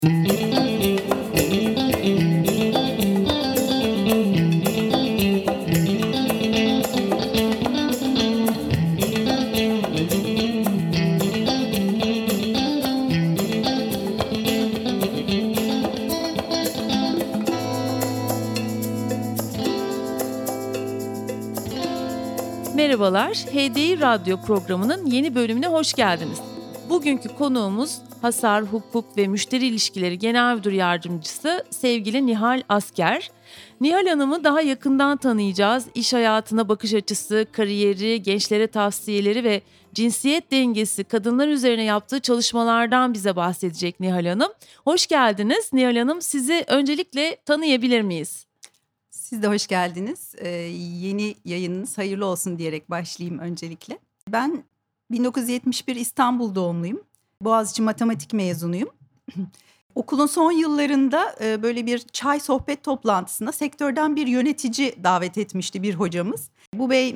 Merhabalar, HDI Radyo programının yeni bölümüne hoş geldiniz. Bugünkü konuğumuz Hasar, Hukuk ve Müşteri İlişkileri Genel Müdür Yardımcısı sevgili Nihal Asker. Nihal Hanım'ı daha yakından tanıyacağız. İş hayatına bakış açısı, kariyeri, gençlere tavsiyeleri ve cinsiyet dengesi kadınlar üzerine yaptığı çalışmalardan bize bahsedecek Nihal Hanım. Hoş geldiniz Nihal Hanım. Sizi öncelikle tanıyabilir miyiz? Siz de hoş geldiniz. Yeni yayınınız hayırlı olsun diyerek başlayayım öncelikle. Ben 1971 İstanbul doğumluyum. Boğaziçi matematik mezunuyum. Okulun son yıllarında böyle bir çay sohbet toplantısına sektörden bir yönetici davet etmişti bir hocamız. Bu bey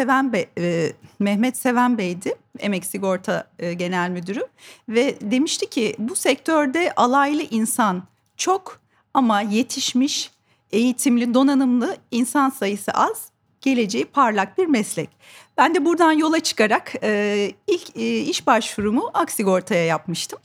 Mehmet Seven Bey'di. Emek Sigorta Genel Müdürü ve demişti ki bu sektörde alaylı insan çok ama yetişmiş, eğitimli, donanımlı insan sayısı az, geleceği parlak bir meslek. Ben de buradan yola çıkarak ilk iş başvurumu Aksigorta'ya yapmıştım.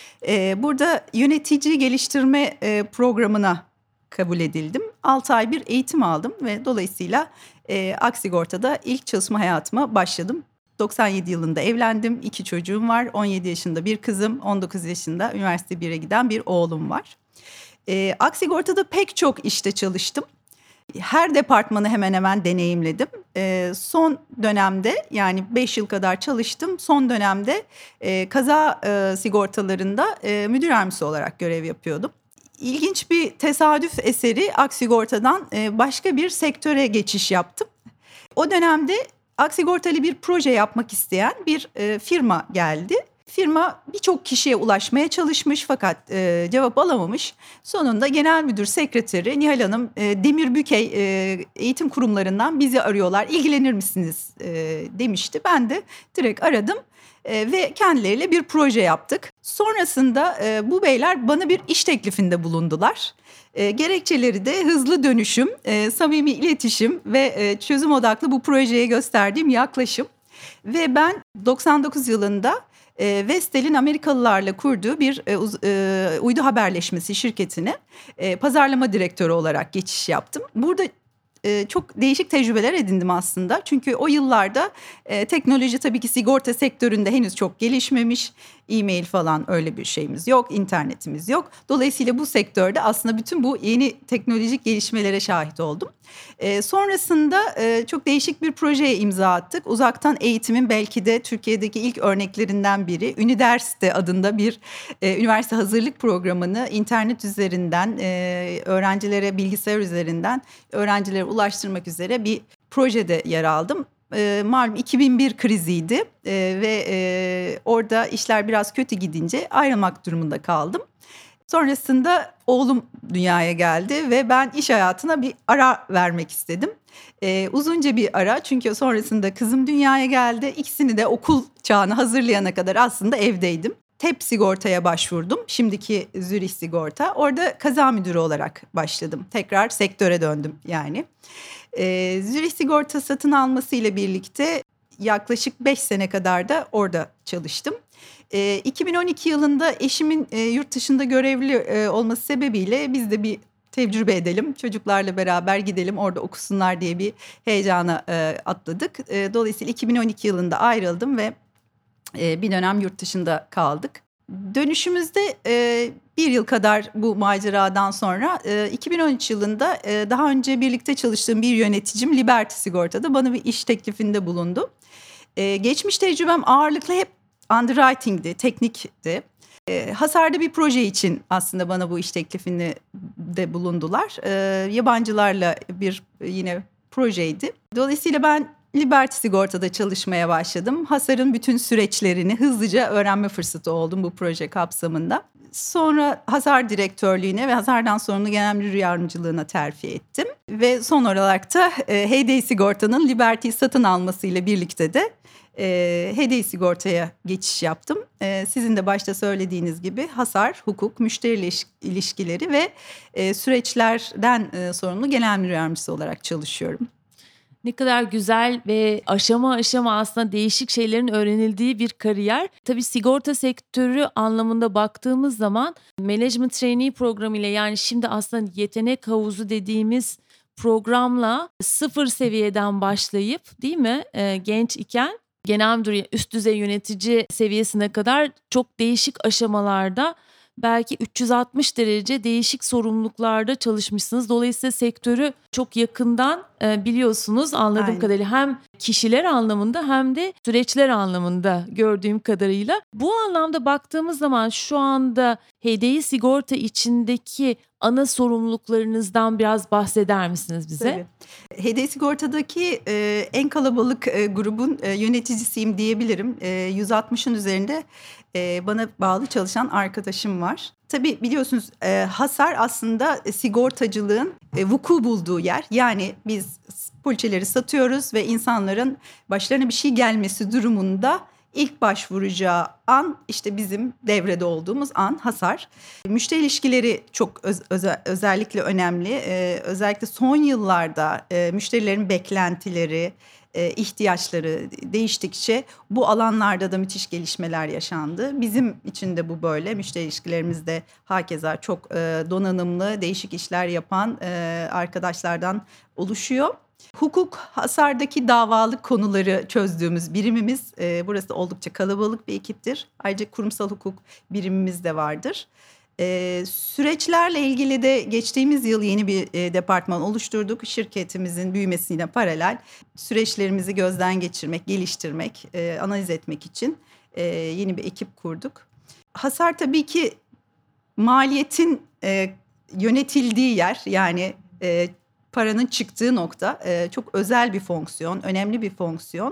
Burada yönetici geliştirme programına kabul edildim. 6 ay bir eğitim aldım ve dolayısıyla Aksigorta'da ilk çalışma hayatıma başladım. 97 yılında evlendim, 2 çocuğum var, 17 yaşında bir kızım, 19 yaşında üniversite 1'e giden bir oğlum var. Aksigorta'da pek çok işte çalıştım. Her departmanı hemen hemen deneyimledim. Son dönemde yani 5 yıl kadar çalıştım. Son dönemde kaza sigortalarında müdür yardımcısı olarak görev yapıyordum. İlginç bir tesadüf eseri Aksigorta'dan başka bir sektöre geçiş yaptım. O dönemde Aksigorta'lı bir proje yapmak isteyen bir firma geldi. Firma birçok kişiye ulaşmaya çalışmış fakat cevap alamamış. Sonunda Genel Müdür Sekreteri Nihal Hanım Demirbükey eğitim kurumlarından bizi arıyorlar. İlgilenir misiniz demişti. Ben de direkt aradım ve kendileriyle bir proje yaptık. Sonrasında bu beyler bana bir iş teklifinde bulundular. Gerekçeleri de hızlı dönüşüm, samimi iletişim ve çözüm odaklı bu projeye gösterdiğim yaklaşım. Ve ben 99 yılında Vestel'in Amerikalılarla kurduğu bir uydu haberleşmesi şirketine pazarlama direktörü olarak geçiş yaptım. Burada çok değişik tecrübeler edindim aslında. Çünkü o yıllarda teknoloji tabii ki sigorta sektöründe henüz çok gelişmemiş. E-mail falan öyle bir şeyimiz yok, internetimiz yok. Dolayısıyla bu sektörde aslında bütün bu yeni teknolojik gelişmelere şahit oldum. Sonrasında çok değişik bir projeye imza attık. Uzaktan eğitimin belki de Türkiye'deki ilk örneklerinden biri. Üniderste adında bir üniversite hazırlık programını internet üzerinden öğrencilere bilgisayar üzerinden öğrencilere ulaştırmak üzere bir projede yer aldım. Malum 2001 kriziydi ve orada işler biraz kötü gidince ayrılmak durumunda kaldım. Sonrasında oğlum dünyaya geldi ve ben iş hayatına bir ara vermek istedim. Uzunca bir ara çünkü sonrasında kızım dünyaya geldi. İkisini de okul çağına hazırlayana kadar aslında evdeydim. TEP sigortaya başvurdum. Şimdiki Zürich Sigorta. Orada kaza müdürü olarak başladım. Tekrar sektöre döndüm yani. Zürich Sigorta satın almasıyla birlikte yaklaşık 5 sene kadar da orada çalıştım. 2012 yılında eşimin yurt dışında görevli olması sebebiyle biz de bir tecrübe edelim. Çocuklarla beraber gidelim orada okusunlar diye bir heyecana atladık. Dolayısıyla 2012 yılında ayrıldım ve bir dönem yurt dışında kaldık. Dönüşümüzde bir yıl kadar bu maceradan sonra 2013 yılında daha önce birlikte çalıştığım bir yöneticim Liberty Sigorta'da bana bir iş teklifinde bulundu. Geçmiş tecrübem ağırlıklı hep underwriting'di, teknikti. Hasarda bir proje için aslında bana bu iş teklifinde de bulundular. Yabancılarla bir yine projeydi. Dolayısıyla ben Liberty Sigorta'da çalışmaya başladım. Hasarın bütün süreçlerini hızlıca öğrenme fırsatı oldum bu proje kapsamında. Sonra Hasar direktörlüğüne ve Hasar'dan sonra genel müdür yardımcılığına terfi ettim. Ve son olarak da Heyday Sigorta'nın Liberty'yi satın almasıyla birlikte de Heyday Sigorta'ya geçiş yaptım. Sizin de başta söylediğiniz gibi hasar, hukuk, müşteri ilişkileri ve süreçlerden sorumlu genel müdür yardımcısı olarak çalışıyorum. Ne kadar güzel ve aşama aşama aslında değişik şeylerin öğrenildiği bir kariyer. Tabii sigorta sektörü anlamında baktığımız zaman Management Trainee programı ile, yani şimdi aslında yetenek havuzu dediğimiz programla sıfır seviyeden başlayıp, değil mi, genç iken genel müdür, üst düzey yönetici seviyesine kadar çok değişik aşamalarda, belki 360 derece değişik sorumluluklarda çalışmışsınız. Dolayısıyla sektörü çok yakından biliyorsunuz anladığım Aynen. kadarıyla, hem kişiler anlamında hem de süreçler anlamında gördüğüm kadarıyla. Bu anlamda baktığımız zaman şu anda Heyday Sigorta içindeki ana sorumluluklarınızdan biraz bahseder misiniz bize? Tabii. Heyday Sigorta'daki en kalabalık grubun yöneticisiyim diyebilirim. 160'ın üzerinde bana bağlı çalışan arkadaşım var. Tabii biliyorsunuz hasar aslında sigortacılığın vuku bulduğu yer. Yani biz poliçeleri satıyoruz ve insanların başlarına bir şey gelmesi durumunda ilk başvuracağı an işte bizim devrede olduğumuz an hasar. Müşteri ilişkileri çok özellikle önemli. Özellikle son yıllarda müşterilerin beklentileri, ihtiyaçları değiştikçe bu alanlarda da müthiş gelişmeler yaşandı. Bizim için de bu böyle. Müşteri ilişkilerimizde hakeza çok donanımlı, değişik işler yapan arkadaşlardan oluşuyor. Hukuk, hasardaki davalık konuları çözdüğümüz birimimiz. Burası oldukça kalabalık bir ekiptir. Ayrıca kurumsal hukuk birimimiz de vardır. Süreçlerle ilgili de geçtiğimiz yıl yeni bir departman oluşturduk. Şirketimizin büyümesiyle paralel süreçlerimizi gözden geçirmek, geliştirmek, analiz etmek için yeni bir ekip kurduk. Hasar tabii ki maliyetin yönetildiği yer, yani paranın çıktığı nokta, çok özel bir fonksiyon, önemli bir fonksiyon.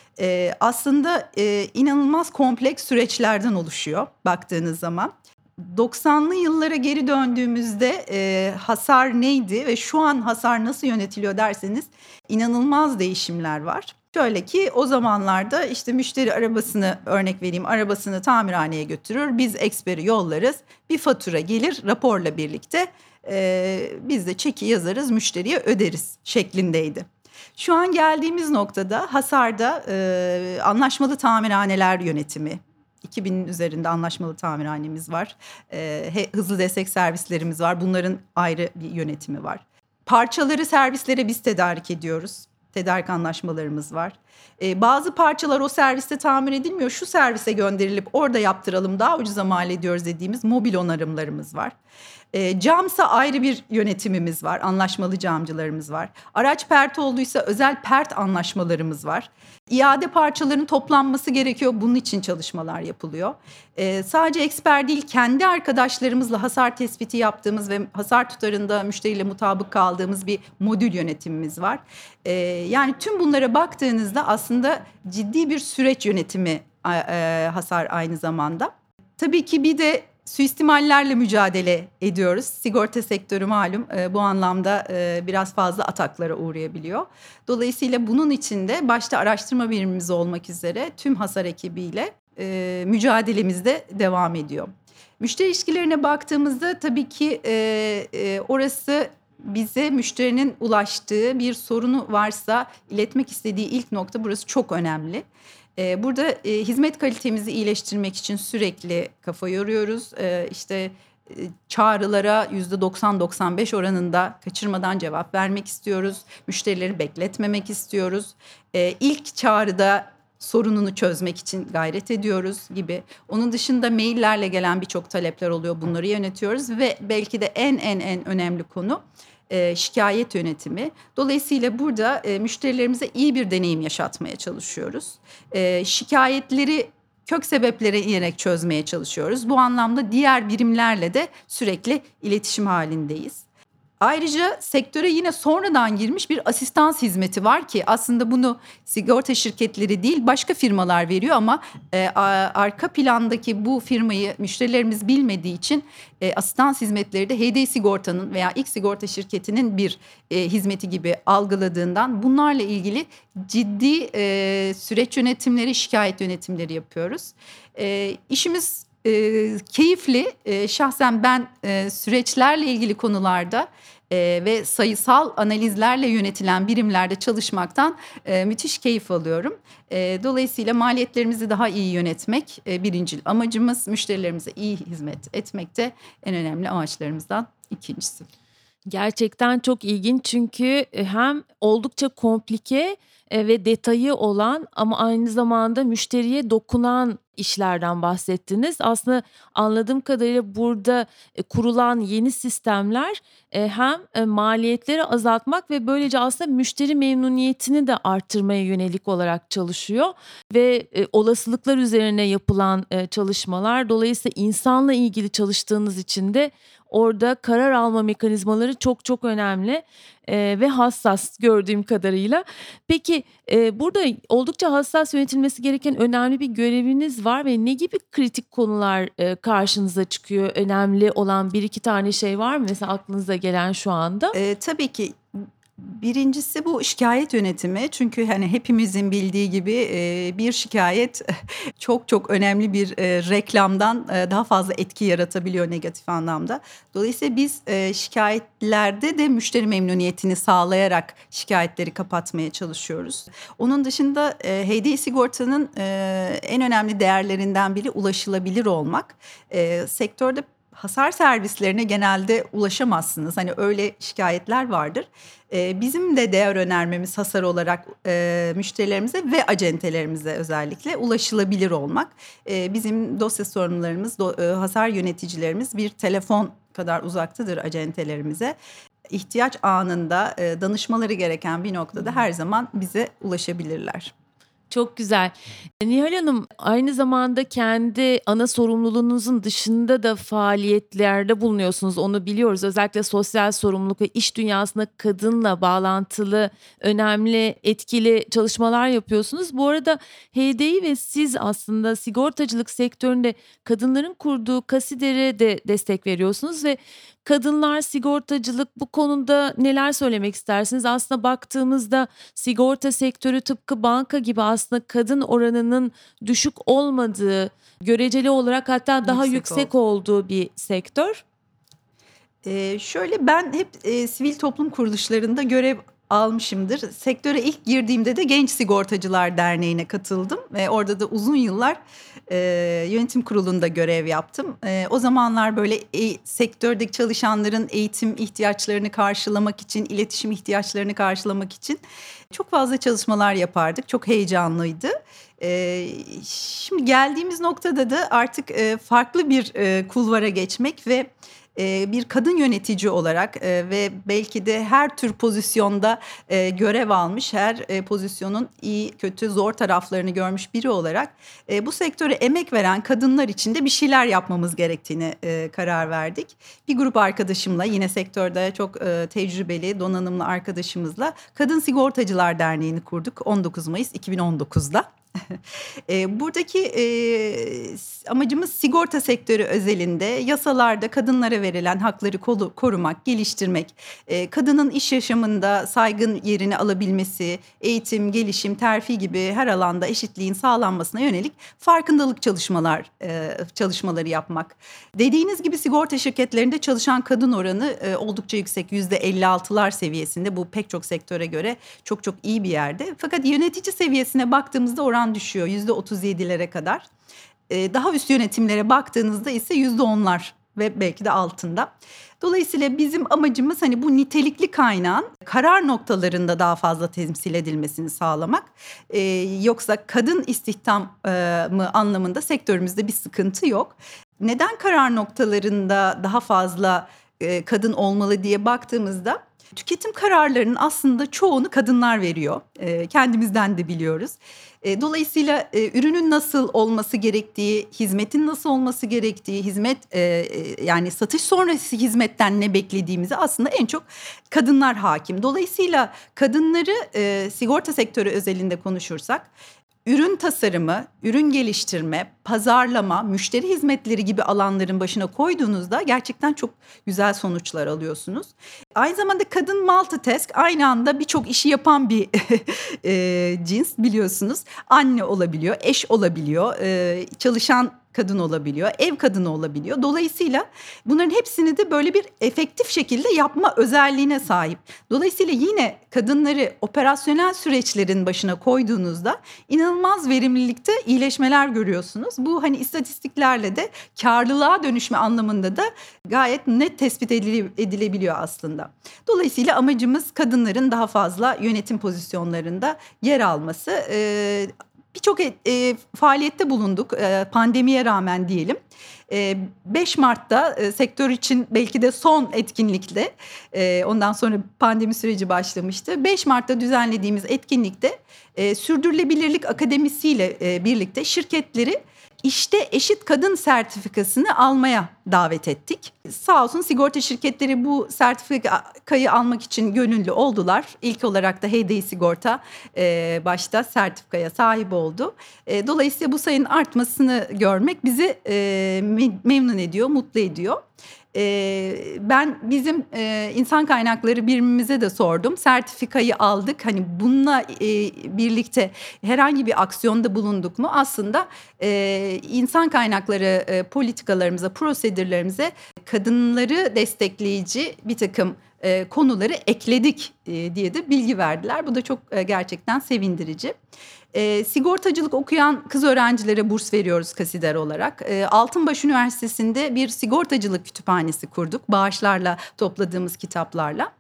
Aslında inanılmaz kompleks süreçlerden oluşuyor baktığınız zaman. 90'lı yıllara geri döndüğümüzde hasar neydi ve şu an hasar nasıl yönetiliyor derseniz inanılmaz değişimler var. Şöyle ki o zamanlarda işte müşteri arabasını, örnek vereyim, arabasını tamirhaneye götürür. Biz eksperi yollarız. Bir fatura gelir raporla birlikte. Biz de çeki yazarız, müşteriye öderiz şeklindeydi. Şu an geldiğimiz noktada hasarda anlaşmalı tamirhaneler yönetimi. 2000'in üzerinde anlaşmalı tamirhanemiz var. Hızlı destek servislerimiz var. Bunların ayrı bir yönetimi var. Parçaları servislere biz tedarik ediyoruz. Tedarik anlaşmalarımız var. Bazı parçalar o serviste tamir edilmiyor. Şu servise gönderilip orada yaptıralım, daha ucuza mal ediyoruz dediğimiz mobil onarımlarımız var. Camsa ayrı bir yönetimimiz var. Anlaşmalı camcılarımız var. Araç pert olduysa özel pert anlaşmalarımız var. İade parçaların toplanması gerekiyor. Bunun için çalışmalar yapılıyor. Sadece eksper değil, kendi arkadaşlarımızla hasar tespiti yaptığımız ve hasar tutarında müşteriyle mutabık kaldığımız bir modül yönetimimiz var. Yani tüm bunlara baktığınızda aslında ciddi bir süreç yönetimi hasar aynı zamanda. Tabii ki bir de suistimallerle mücadele ediyoruz. Sigorta sektörü malum bu anlamda biraz fazla ataklara uğrayabiliyor. Dolayısıyla bunun için de başta araştırma birimimiz olmak üzere tüm hasar ekibiyle mücadelemiz de devam ediyor. Müşteri ilişkilerine baktığımızda tabii ki orası bize müşterinin ulaştığı bir sorunu varsa iletmek istediği ilk nokta, burası çok önemli. Burada hizmet kalitemizi iyileştirmek için sürekli kafa yoruyoruz. Çağrılara %90-95 oranında kaçırmadan cevap vermek istiyoruz. Müşterileri bekletmemek istiyoruz. İlk çağrıda sorununu çözmek için gayret ediyoruz gibi. Onun dışında maillerle gelen birçok talepler oluyor. Bunları yönetiyoruz ve belki de en önemli konu şikayet yönetimi. Dolayısıyla burada müşterilerimize iyi bir deneyim yaşatmaya çalışıyoruz. Şikayetleri kök sebeplere inerek çözmeye çalışıyoruz. Bu anlamda diğer birimlerle de sürekli iletişim halindeyiz. Ayrıca sektöre yine sonradan girmiş bir asistans hizmeti var ki aslında bunu sigorta şirketleri değil başka firmalar veriyor ama arka plandaki bu firmayı müşterilerimiz bilmediği için asistans hizmetleri de HD Sigorta'nın veya X sigorta şirketinin bir hizmeti gibi algıladığından bunlarla ilgili ciddi süreç yönetimleri, şikayet yönetimleri yapıyoruz. İşimiz keyifli. Şahsen ben süreçlerle ilgili konularda ve sayısal analizlerle yönetilen birimlerde çalışmaktan müthiş keyif alıyorum. Dolayısıyla maliyetlerimizi daha iyi yönetmek birincil amacımız, müşterilerimize iyi hizmet etmek de en önemli amaçlarımızdan ikincisi. Gerçekten çok ilginç çünkü hem oldukça komplike ve detayı olan ama aynı zamanda müşteriye dokunan işlerden bahsettiniz. Aslında anladığım kadarıyla burada kurulan yeni sistemler hem maliyetleri azaltmak ve böylece aslında müşteri memnuniyetini de arttırmaya yönelik olarak çalışıyor ve olasılıklar üzerine yapılan çalışmalar. Dolayısıyla insanla ilgili çalıştığınız için de orada karar alma mekanizmaları çok çok önemli ve hassas gördüğüm kadarıyla. Peki burada oldukça hassas yönetilmesi gereken önemli bir göreviniz var ve ne gibi kritik konular karşınıza çıkıyor? Önemli olan bir iki tane şey var mı mesela aklınıza gelen şu anda? Tabii ki. Birincisi bu şikayet yönetimi. Çünkü hani hepimizin bildiği gibi bir şikayet çok çok önemli bir reklamdan daha fazla etki yaratabiliyor negatif anlamda. Dolayısıyla biz şikayetlerde de müşteri memnuniyetini sağlayarak şikayetleri kapatmaya çalışıyoruz. Onun dışında HD Sigorta'nın en önemli değerlerinden biri ulaşılabilir olmak. Sektörde hasar servislerine genelde ulaşamazsınız. Hani öyle şikayetler vardır. Bizim de değer önermemiz hasar olarak müşterilerimize ve acentelerimize özellikle ulaşılabilir olmak. Bizim dosya sorumlularımız, hasar yöneticilerimiz bir telefon kadar uzaktadır acentelerimize. İhtiyaç anında danışmaları gereken bir noktada her zaman bize ulaşabilirler. Çok güzel. Nihal Hanım, aynı zamanda kendi ana sorumluluğunuzun dışında da faaliyetlerde bulunuyorsunuz. Onu biliyoruz. Özellikle sosyal sorumluluk ve iş dünyasında kadınla bağlantılı önemli, etkili çalışmalar yapıyorsunuz. Bu arada HDI ve siz aslında sigortacılık sektöründe kadınların kurduğu KASİDER'e de destek veriyorsunuz ve kadınlar sigortacılık bu konuda neler söylemek istersiniz? Aslında baktığımızda sigorta sektörü tıpkı banka gibi aslında kadın oranının düşük olmadığı, göreceli olarak hatta daha yüksek olduğu bir sektör. Şöyle ben hep sivil toplum kuruluşlarında görev almışımdır. Sektöre ilk girdiğimde de Genç Sigortacılar Derneği'ne katıldım. Orada da uzun yıllar yönetim kurulunda görev yaptım. O zamanlar böyle sektördeki çalışanların eğitim ihtiyaçlarını karşılamak için, iletişim ihtiyaçlarını karşılamak için çok fazla çalışmalar yapardık. Çok heyecanlıydı. Şimdi geldiğimiz noktada da artık farklı bir kulvara geçmek ve bir kadın yönetici olarak ve belki de her tür pozisyonda görev almış, her pozisyonun iyi, kötü, zor taraflarını görmüş biri olarak bu sektöre emek veren kadınlar için de bir şeyler yapmamız gerektiğini karar verdik. Bir grup arkadaşımla, yine sektörde çok tecrübeli, donanımlı arkadaşımızla Kadın Sigortacılar Derneği'ni kurduk 19 Mayıs 2019'da. Buradaki amacımız sigorta sektörü özelinde yasalarda kadınlara verilen hakları korumak, geliştirmek, kadının iş yaşamında saygın yerini alabilmesi, eğitim, gelişim, terfi gibi her alanda eşitliğin sağlanmasına yönelik farkındalık çalışmaları yapmak. Dediğiniz gibi sigorta şirketlerinde çalışan kadın oranı oldukça yüksek, %56'lar seviyesinde. Bu pek çok sektöre göre çok çok iyi bir yerde. Fakat yönetici seviyesine baktığımızda oran düşüyor %37'lere kadar. Daha üst yönetimlere baktığınızda ise %10'lar ve belki de altında. Dolayısıyla bizim amacımız hani bu nitelikli kaynağın karar noktalarında daha fazla temsil edilmesini sağlamak. Yoksa kadın istihdamı anlamında sektörümüzde bir sıkıntı yok. Neden karar noktalarında daha fazla kadın olmalı diye baktığımızda Tüketim kararlarının aslında çoğunu kadınlar veriyor. Kendimizden de biliyoruz. Dolayısıyla ürünün nasıl olması gerektiği, hizmetin nasıl olması gerektiği, yani satış sonrası hizmetten ne beklediğimizi aslında en çok kadınlar hakim. Dolayısıyla kadınları sigorta sektörü özelinde konuşursak, ürün tasarımı, ürün geliştirme, pazarlama, müşteri hizmetleri gibi alanların başına koyduğunuzda gerçekten çok güzel sonuçlar alıyorsunuz. Aynı zamanda kadın multitask, aynı anda birçok işi yapan bir cins biliyorsunuz. Anne olabiliyor, eş olabiliyor, çalışan kadın olabiliyor, ev kadını olabiliyor. Dolayısıyla bunların hepsini de böyle bir efektif şekilde yapma özelliğine sahip. Dolayısıyla yine kadınları operasyonel süreçlerin başına koyduğunuzda inanılmaz verimlilikte iyileşmeler görüyorsunuz. Bu hani istatistiklerle de karlılığa dönüşme anlamında da gayet net tespit edilebiliyor aslında. Dolayısıyla amacımız kadınların daha fazla yönetim pozisyonlarında yer alması. Birçok faaliyette bulunduk pandemiye rağmen diyelim. 5 Mart'ta sektör için belki de son etkinlikte, ondan sonra pandemi süreci başlamıştı. 5 Mart'ta düzenlediğimiz etkinlikte Sürdürülebilirlik Akademisi ile birlikte şirketleri İşte Eşit Kadın sertifikasını almaya davet ettik. Sağ olsun sigorta şirketleri bu sertifikayı almak için gönüllü oldular. İlk olarak da HDI Sigorta başta sertifikaya sahip oldu. Dolayısıyla bu sayının artmasını görmek bizi memnun ediyor, mutlu ediyor. Ben bizim insan kaynakları birimimize de sordum. Sertifikayı aldık. Hani bununla birlikte herhangi bir aksiyonda bulunduk mu? Aslında insan kaynakları politikalarımıza, prosedürlerimize kadınları destekleyici bir takım konuları ekledik diye de bilgi verdiler. Bu da çok gerçekten sevindirici. Sigortacılık okuyan kız öğrencilere burs veriyoruz Kasider olarak. Altınbaş Üniversitesi'nde bir sigortacılık kütüphanesi kurduk. Bağışlarla topladığımız kitaplarla.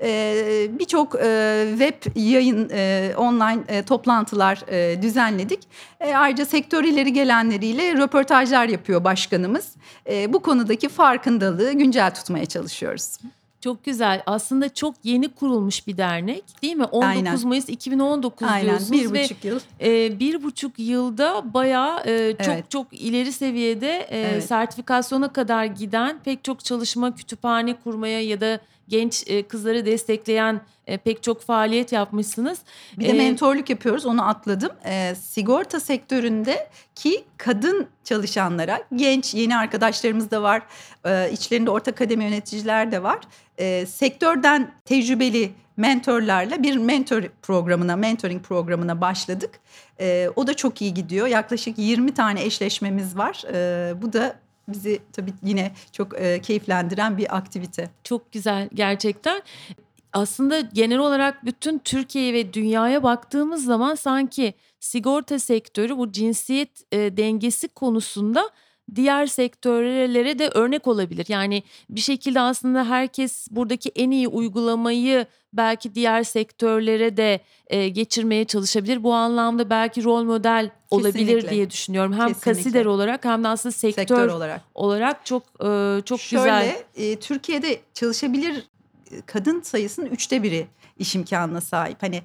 Birçok web yayın, online toplantılar düzenledik. Ayrıca sektör ileri gelenleriyle röportajlar yapıyor başkanımız. Bu konudaki farkındalığı güncel tutmaya çalışıyoruz. Çok güzel. Aslında çok yeni kurulmuş bir dernek değil mi? 19 Aynen. Mayıs 2019 diyorsunuz. 1,5 yıl. 1,5 yılda bayağı Evet. çok ileri seviyede Evet. sertifikasyona kadar giden pek çok çalışma, kütüphane kurmaya ya da genç kızları destekleyen pek çok faaliyet yapmışsınız. Bir de mentorluk yapıyoruz, onu atladım. Sigorta sektöründeki kadın çalışanlara, genç yeni arkadaşlarımız da var. İçlerinde orta kademe yöneticiler de var. Sektörden tecrübeli mentorlarla bir mentoring programına başladık. O da çok iyi gidiyor. Yaklaşık 20 tane eşleşmemiz var. Bu da bizi tabii yine çok keyiflendiren bir aktivite. Çok güzel gerçekten. Aslında genel olarak bütün Türkiye ve dünyaya baktığımız zaman sanki sigorta sektörü bu cinsiyet dengesi konusunda diğer sektörlere de örnek olabilir. Yani bir şekilde aslında herkes buradaki en iyi uygulamayı belki diğer sektörlere de geçirmeye çalışabilir. Bu anlamda belki rol model olabilir Kesinlikle. diye düşünüyorum. Hem Kesinlikle. Kasider olarak hem de aslında sektör olarak çok güzel. Şöyle, Türkiye'de çalışabilir kadın sayısının 1/3'ü iş imkanına sahip. Hani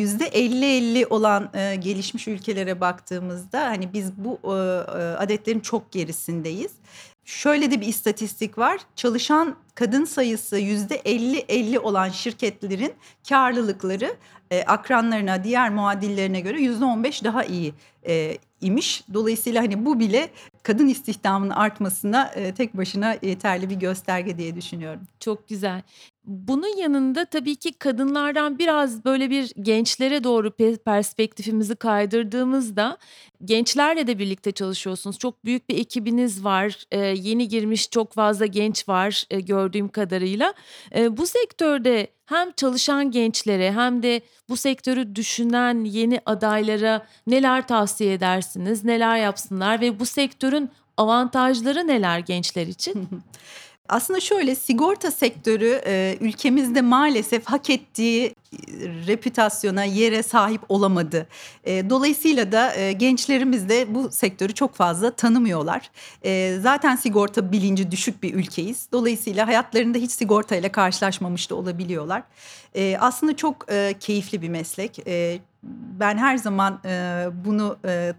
%50-50 olan gelişmiş ülkelere baktığımızda hani biz bu adetlerin çok gerisindeyiz. Şöyle de bir istatistik var. Çalışan kadın sayısı %50-50 olan şirketlerin karlılıkları akranlarına, diğer muadillerine göre %15 daha iyi imiş. Dolayısıyla hani bu bile kadın istihdamının artmasına tek başına yeterli bir gösterge diye düşünüyorum. Çok güzel. Bunun yanında tabii ki kadınlardan biraz böyle bir gençlere doğru perspektifimizi kaydırdığımızda gençlerle de birlikte çalışıyorsunuz. Çok büyük bir ekibiniz var. Yeni girmiş çok fazla genç var gördüğüm kadarıyla. Bu sektörde hem çalışan gençlere hem de bu sektörü düşünen yeni adaylara neler tavsiye edersiniz? Neler yapsınlar ve bu sektörün avantajları neler gençler için? Aslında şöyle, sigorta sektörü ülkemizde maalesef hak ettiği reputasyona, yere sahip olamadı. Dolayısıyla da gençlerimiz de bu sektörü çok fazla tanımıyorlar. Zaten sigorta bilinci düşük bir ülkeyiz. Dolayısıyla hayatlarında hiç sigortayla karşılaşmamış da olabiliyorlar. Aslında çok keyifli bir meslek. Ben her zaman bunu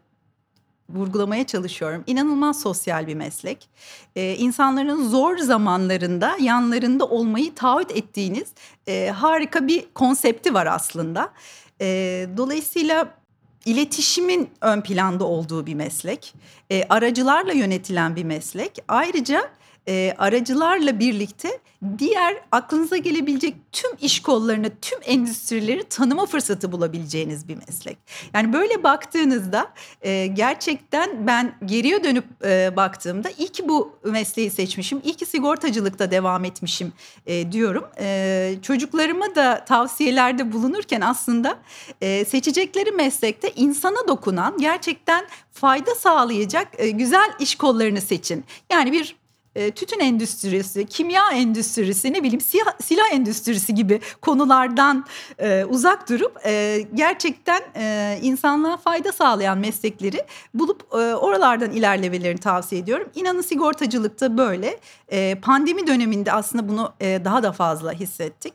vurgulamaya çalışıyorum. İnanılmaz sosyal bir meslek. İnsanların zor zamanlarında yanlarında olmayı taahhüt ettiğiniz harika bir konsepti var aslında. Dolayısıyla iletişimin ön planda olduğu bir meslek. Aracılarla yönetilen bir meslek. Ayrıca aracılarla birlikte diğer aklınıza gelebilecek tüm iş kollarını, tüm endüstrileri tanıma fırsatı bulabileceğiniz bir meslek. Yani böyle baktığınızda gerçekten ben geriye dönüp baktığımda iyi ki bu mesleği seçmişim, iyi ki sigortacılıkta devam etmişim diyorum. Çocuklarıma da tavsiyelerde bulunurken aslında seçecekleri meslekte insana dokunan, gerçekten fayda sağlayacak güzel iş kollarını seçin. Yani bir tütün endüstrisi, kimya endüstrisi, ne bileyim silah endüstrisi gibi konulardan uzak durup gerçekten insanlığa fayda sağlayan meslekleri bulup oralardan ilerlemelerini tavsiye ediyorum. İnanın sigortacılıkta böyle. Pandemi döneminde aslında bunu daha da fazla hissettik.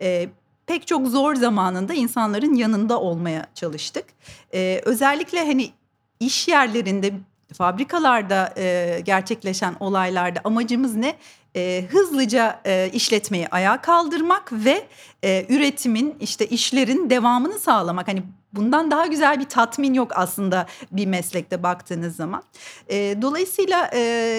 Pek çok zor zamanında insanların yanında olmaya çalıştık. Özellikle hani iş yerlerinde, fabrikalarda gerçekleşen olaylarda amacımız ne? Hızlıca işletmeyi ayağa kaldırmak ve üretimin, işte işlerin devamını sağlamak. Hani bundan daha güzel bir tatmin yok aslında bir meslekte baktığınız zaman. Dolayısıyla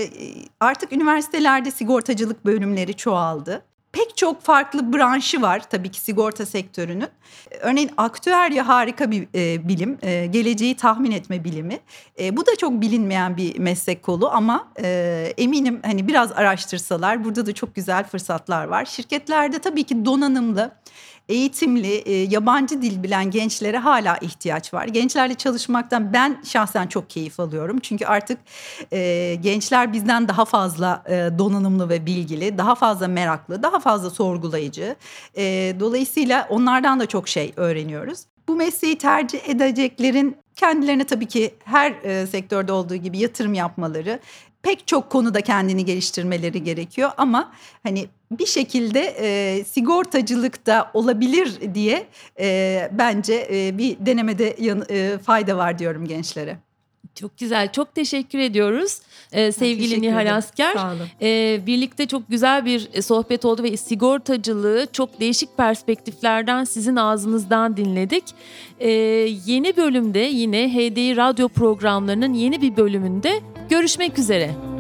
artık üniversitelerde sigortacılık bölümleri çoğaldı. Pek çok farklı branşı var tabii ki sigorta sektörünün. Örneğin aktüerya harika bir bilim, geleceği tahmin etme bilimi. Bu da çok bilinmeyen bir meslek kolu ama eminim hani biraz araştırsalar burada da çok güzel fırsatlar var. Şirketlerde tabii ki donanımlı, eğitimli, yabancı dil bilen gençlere hala ihtiyaç var. Gençlerle çalışmaktan ben şahsen çok keyif alıyorum. Çünkü artık gençler bizden daha fazla donanımlı ve bilgili, daha fazla meraklı, daha fazla sorgulayıcı. Dolayısıyla onlardan da çok şey öğreniyoruz. Bu mesleği tercih edeceklerin kendilerine tabii ki her sektörde olduğu gibi yatırım yapmaları, pek çok konuda kendini geliştirmeleri gerekiyor ama hani bir şekilde sigortacılıkta olabilir diye bence bir denemede fayda var diyorum gençlere. Çok güzel, çok teşekkür ediyoruz sevgili teşekkür Nihal ederim. Asker. Sağ olun. Birlikte çok güzel bir sohbet oldu ve sigortacılığı çok değişik perspektiflerden sizin ağzınızdan dinledik. Yeni bölümde yine HDI Radyo programlarının yeni bir bölümünde görüşmek üzere.